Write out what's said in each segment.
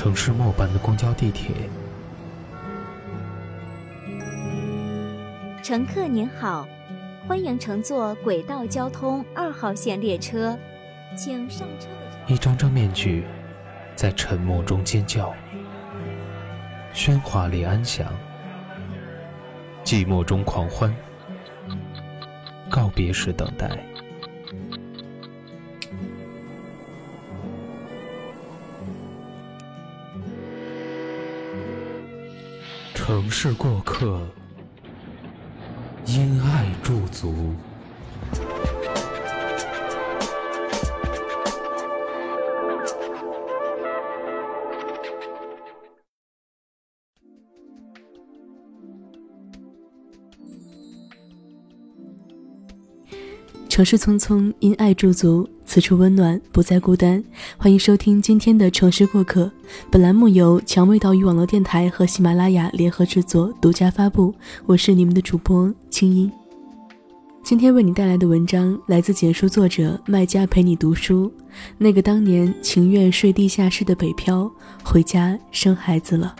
城市末班的公交地铁。 乘客您好，欢迎乘坐轨道交通2号线列车，请上车的一张张面具在沉默中尖叫，喧哗里安详，寂寞中狂欢，告别时等待。城市过客，因爱驻足。 城市匆匆，因爱驻足，此处温暖，不再孤单。欢迎收听今天的城市过客，本栏目由蔷薇岛屿网络电台和喜马拉雅联合制作，独家发布。我是你们的主播清音。今天为你带来的文章来自简书作者麦家陪你读书。那个当年情愿睡地下室的北漂，回家生孩子了。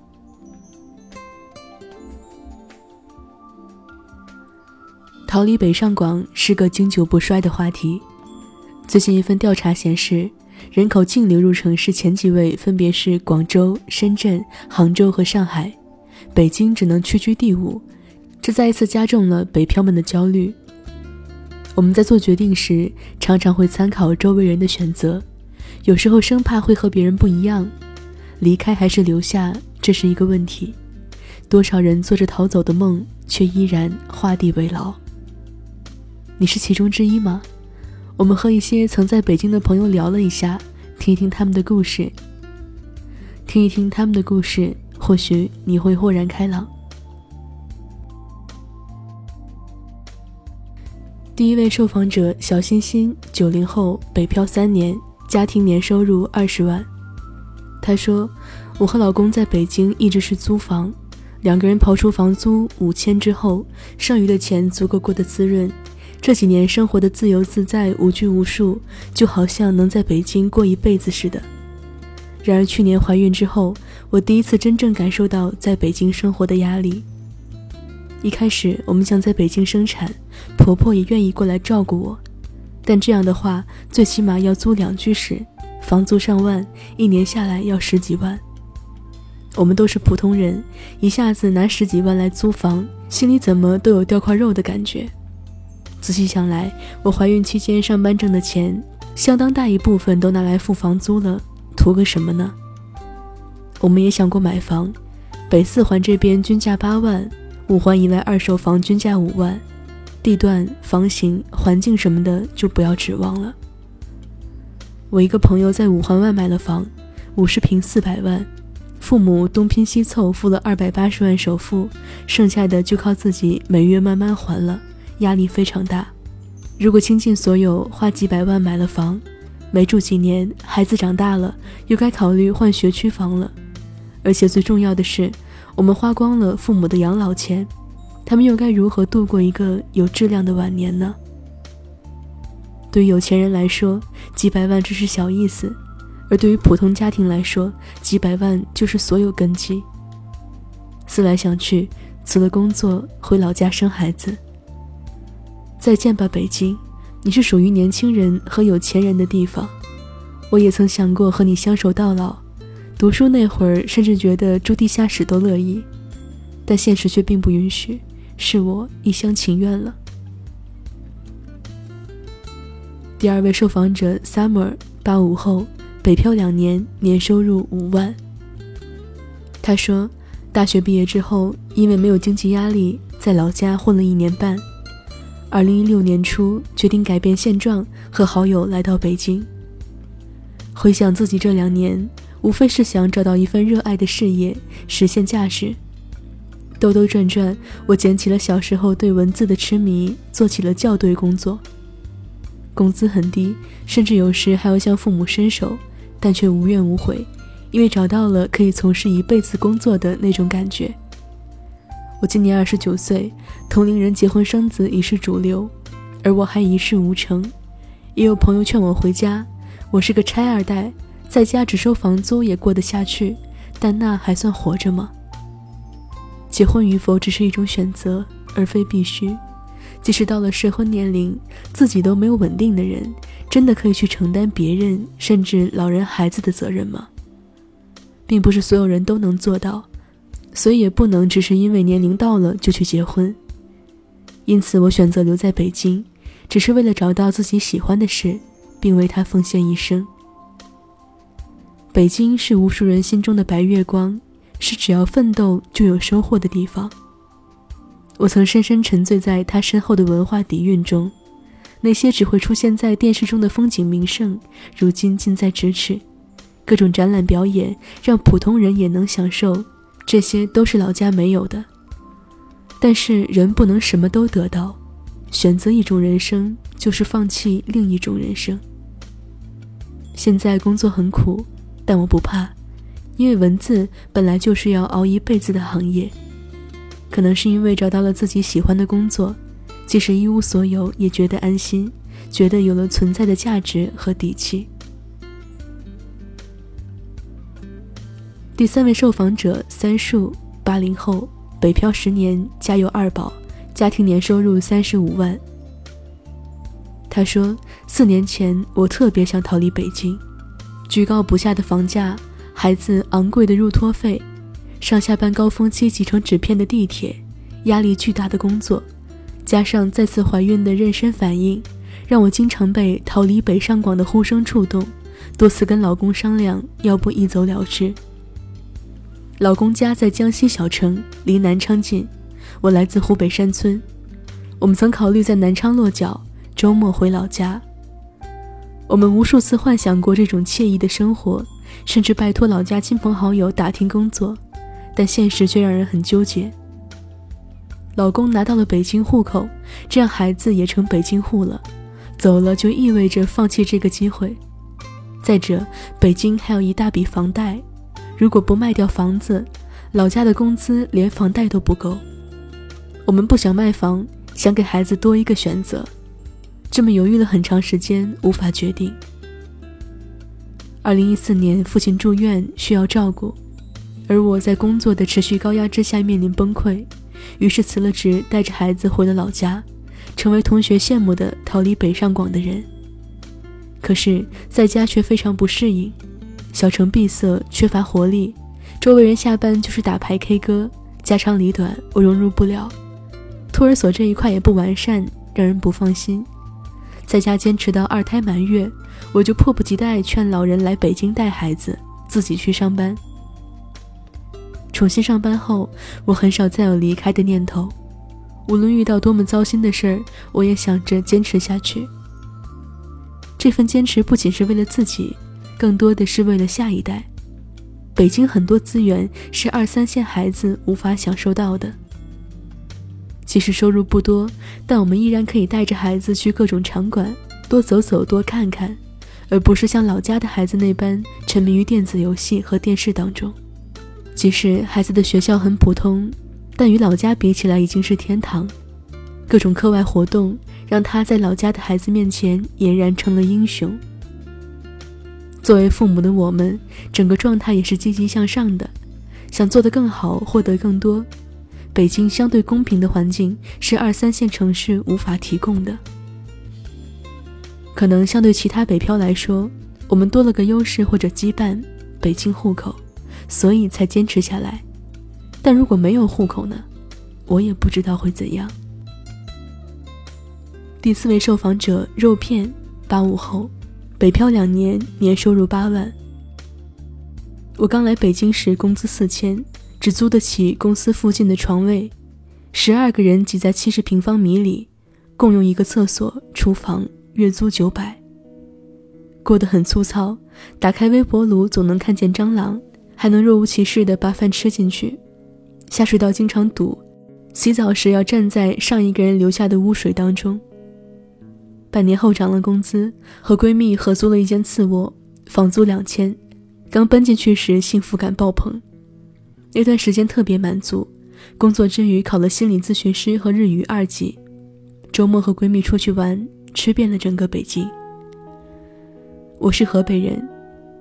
逃离北上广是个经久不衰的话题。最近一份调查显示，人口净流入城市前几位分别是广州、深圳、杭州和上海，北京只能屈居第5，这再一次加重了北漂们的焦虑。我们在做决定时，常常会参考周围人的选择，有时候生怕会和别人不一样，离开还是留下，这是一个问题。多少人做着逃走的梦，却依然画地为牢。你是其中之一吗？我们和一些曾在北京的朋友聊了一下，听一听他们的故事。听一听他们的故事，或许你会豁然开朗。第一位受访者小欣欣，90后，北漂3年，家庭年收入20万。她说，我和老公在北京一直是租房，2个人刨除房租5000之后，剩余的钱足够过得滋润。这几年生活的自由自在，无拘无束，就好像能在北京过一辈子似的。然而去年怀孕之后，我第一次真正感受到在北京生活的压力。一开始我们想在北京生产，婆婆也愿意过来照顾我，但这样的话最起码要租2居室，房租上万，1年下来要10几万。我们都是普通人，一下子拿10几万来租房，心里怎么都有掉块肉的感觉。仔细想来，我怀孕期间上班挣的钱，相当大一部分都拿来付房租了，图个什么呢？我们也想过买房，北4环这边均价8万，5环以外二手房均价5万，地段、房型、环境什么的就不要指望了。我一个朋友在5环外买了房，50平400万，父母东拼西凑付了280万首付，剩下的就靠自己每月慢慢还了，压力非常大。如果倾尽所有花几百万买了房，没住几年，孩子长大了，又该考虑换学区房了。而且最重要的是，我们花光了父母的养老钱，他们又该如何度过一个有质量的晚年呢？对于有钱人来说，几百万只是小意思，而对于普通家庭来说，几百万就是所有根基。思来想去，辞了工作，回老家生孩子。再见吧北京，你是属于年轻人和有钱人的地方。我也曾想过和你相守到老，读书那会儿甚至觉得住地下室都乐意，但现实却并不允许，是我一厢情愿了。第2位受访者 Summer， 85后，北漂2年，年收入5万。他说，大学毕业之后，因为没有经济压力，在老家混了1年半。2016年初决定改变现状，和好友来到北京。回想自己这2年，无非是想找到一份热爱的事业，实现价值。兜兜转转，我捡起了小时候对文字的痴迷，做起了校对工作。工资很低，甚至有时还要向父母伸手，但却无怨无悔，因为找到了可以从事一辈子工作的那种感觉。我今年29岁，同龄人结婚生子已是主流，而我还一事无成。也有朋友劝我回家，我是个拆二代， 在家只收房租也过得下去，但那还算活着吗？结婚与否只是一种选择，而非必须。即使到了适婚年龄，自己都没有稳定的人，真的可以去承担别人甚至老人孩子的责任吗？并不是所有人都能做到，所以也不能只是因为年龄到了就去结婚。因此我选择留在北京，只是为了找到自己喜欢的事，并为它奉献一生。北京是无数人心中的白月光，是只要奋斗就有收获的地方。我曾深深沉醉在它身后的文化底蕴中，那些只会出现在电视中的风景名胜，如今近在咫尺。各种展览表演让普通人也能享受，这些都是老家没有的。但是人不能什么都得到，选择一种人生就是放弃另一种人生。现在工作很苦，但我不怕，因为文字本来就是要熬一辈子的行业。可能是因为找到了自己喜欢的工作，即使一无所有也觉得安心，觉得有了存在的价值和底气。第3位受访者三树，80后，北漂10年，家有2宝，家庭年收入35万。他说，4年前我特别想逃离北京，居高不下的房价，孩子昂贵的入托费，上下班高峰期挤成纸片的地铁，压力巨大的工作，加上再次怀孕的妊娠反应，让我经常被逃离北上广的呼声触动，多次跟老公商量要不一走了之。老公家在江西小城，离南昌近，我来自湖北山村。我们曾考虑在南昌落脚，周末回老家。我们无数次幻想过这种惬意的生活，甚至拜托老家亲朋好友打听工作，但现实却让人很纠结。老公拿到了北京户口，这样孩子也成北京户了，走了就意味着放弃这个机会。再者，北京还有一大笔房贷，如果不卖掉房子，老家的工资连房贷都不够。我们不想卖房，想给孩子多一个选择，这么犹豫了很长时间，无法决定。2014年父亲住院需要照顾，而我在工作的持续高压之下面临崩溃，于是辞了职，带着孩子回了老家，成为同学羡慕的逃离北上广的人。可是在家却非常不适应，小城闭塞，缺乏活力，周围人下班就是打牌 K 歌，家长里短我融入不了，托儿所这一块也不完善，让人不放心。在家坚持到2胎满月，我就迫不及待劝老人来北京带孩子，自己去上班。重新上班后，我很少再有离开的念头，无论遇到多么糟心的事儿，我也想着坚持下去。这份坚持不仅是为了自己，更多的是为了下一代。北京很多资源是2、3线孩子无法享受到的。即使收入不多，但我们依然可以带着孩子去各种场馆，多走走，多看看，而不是像老家的孩子那般沉迷于电子游戏和电视当中。即使孩子的学校很普通，但与老家比起来已经是天堂。各种课外活动让他在老家的孩子面前俨然成了英雄。作为父母的我们，整个状态也是积极向上的，想做得更好，获得更多。北京相对公平的环境是2、3线城市无法提供的。可能相对其他北漂来说，我们多了个优势或者羁绊，北京户口，所以才坚持下来。但如果没有户口呢？我也不知道会怎样。第4位受访者肉片，85后，北漂2年，年收入8万。我刚来北京时工资4000，只租得起公司附近的床位，12个人挤在70平方米里，共用一个厕所、厨房，月租900。过得很粗糙，打开微波炉总能看见蟑螂，还能若无其事地把饭吃进去。下水道经常堵，洗澡时要站在上一个人留下的污水当中。半年后涨了工资，和闺蜜合租了一间次卧，房租2000。刚搬进去时幸福感爆棚，那段时间特别满足，工作之余考了心理咨询师和日语2级，周末和闺蜜出去玩，吃遍了整个北京。我是河北人，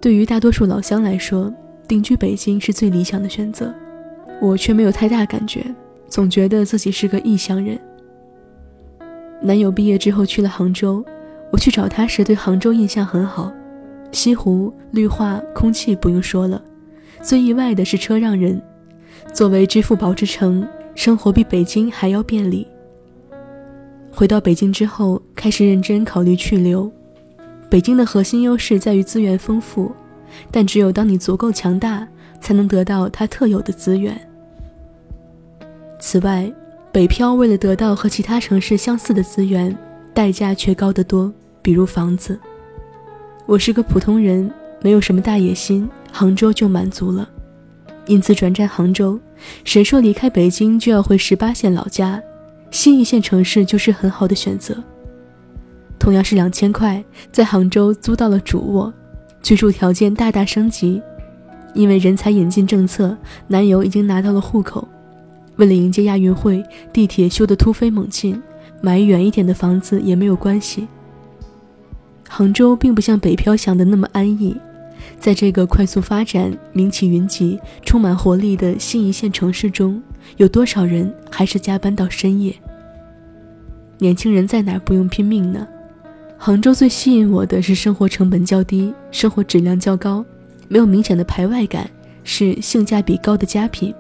对于大多数老乡来说，定居北京是最理想的选择，我却没有太大感觉，总觉得自己是个异乡人。男友毕业之后去了杭州，我去找他时对杭州印象很好，西湖、绿化、空气不用说了，最意外的是车让人。作为支付宝之城，生活比北京还要便利。回到北京之后，开始认真考虑去留。北京的核心优势在于资源丰富，但只有当你足够强大，才能得到它特有的资源。此外，北漂为了得到和其他城市相似的资源，代价却高得多，比如房子。我是个普通人，没有什么大野心，杭州就满足了。因此转战杭州，谁说离开北京就要回18线老家，新一线城市就是很好的选择。同样是2000块，在杭州租到了主卧，居住条件大大升级。因为人才引进政策，男友已经拿到了户口。为了迎接亚运会，地铁修得突飞猛进，买远一点的房子也没有关系。杭州并不像北漂想的那么安逸，在这个快速发展、名气云集、充满活力的新一线城市中，有多少人还是加班到深夜？年轻人在哪儿不用拼命呢？杭州最吸引我的是生活成本较低，生活质量较高，没有明显的排外感，是性价比高的佳品。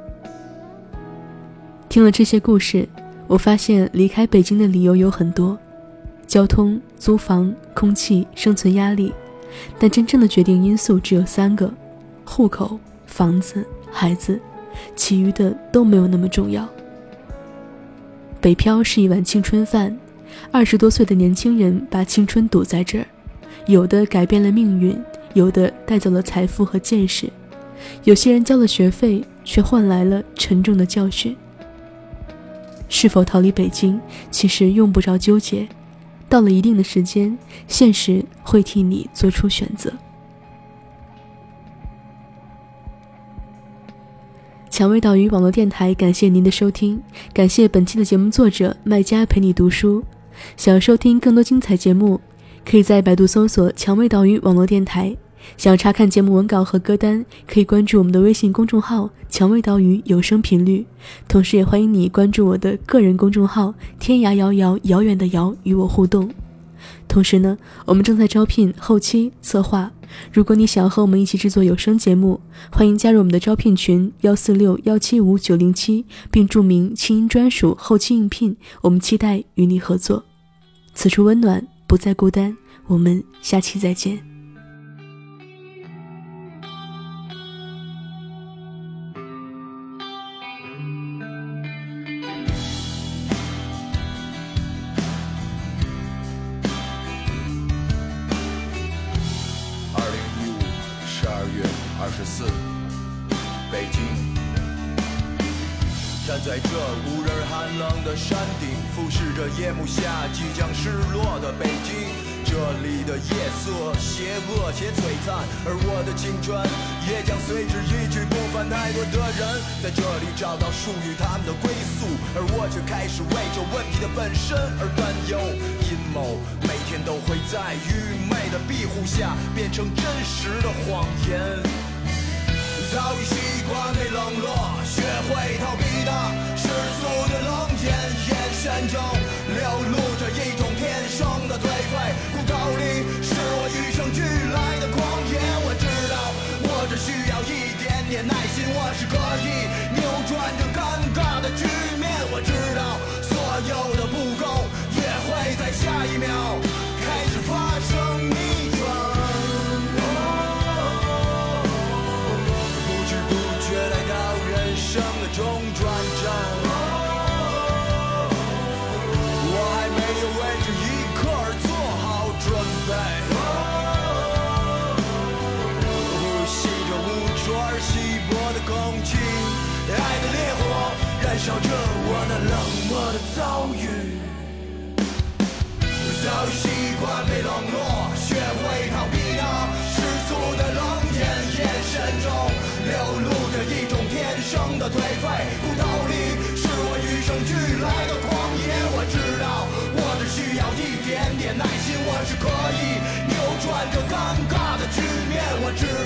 听了这些故事，我发现离开北京的理由有很多，交通、租房、空气、生存压力，但真正的决定因素只有3个：户口、房子、孩子，其余的都没有那么重要。北漂是一碗青春饭，20多岁的年轻人把青春赌在这儿，有的改变了命运，有的带走了财富和见识，有些人交了学费，却换来了沉重的教训。是否逃离北京，其实用不着纠结，到了一定的时间，现实会替你做出选择。蔷薇岛屿网络电台感谢您的收听，感谢本期的节目作者麦家陪你读书。想要收听更多精彩节目，可以在百度搜索蔷薇岛屿网络电台。想要查看节目文稿和歌单，可以关注我们的微信公众号蔷薇岛屿有声频率，同时也欢迎你关注我的个人公众号天涯遥遥遥远的遥，与我互动。同时呢，我们正在招聘后期策划，如果你想要和我们一起制作有声节目，欢迎加入我们的招聘群146175907，并注明清音专属后期应聘，我们期待与你合作。此处温暖，不再孤单，我们下期再见。 24，北京。站在这无人寒冷的山顶，俯视着夜幕下即将失落的北京。这里的夜色邪恶且璀璨，而我的青春也将随之一去不返。太多的人在这里找到属于他们的归宿，而我却开始为这问题的本身而担忧。阴谋每天都会在愚昧的庇护下变成真实的谎言。早已习惯被冷落，学会逃避那世俗的冷眼，眼神中流露着一种天生的颓废，骨头里是我与生俱来的狂野。我知道我只需要一点点耐心，我是可以扭转这尴尬的局面。我知道所有的不公也会在下一秒开始发生逆转。生的中转站，我还没有为这一刻而做好准备。呼吸着无处稀薄的空气，爱的烈火燃烧着我那冷漠的遭遇。早已习惯被冷落，学会逃避那世俗的冷眼，眼神中流露着一种天生的颓废，骨头里是我与生俱来的狂野。我知道我只需要一点点耐心，我是可以扭转这尴尬的局面。我知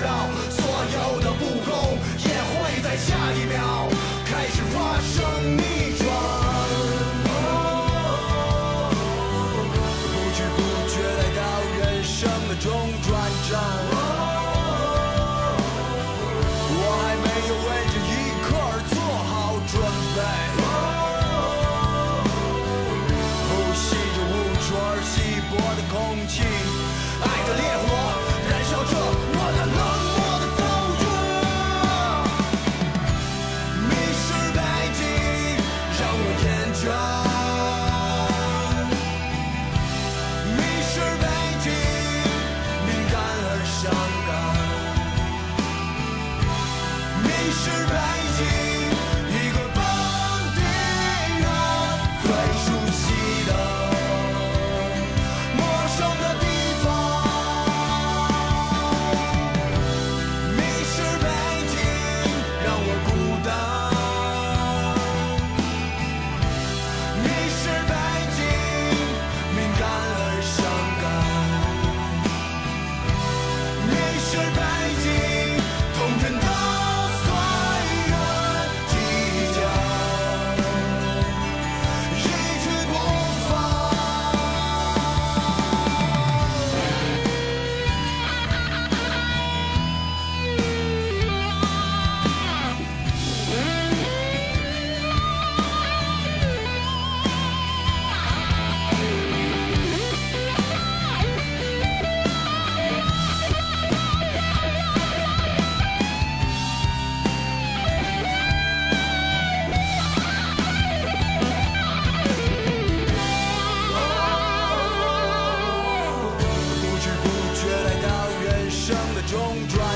中转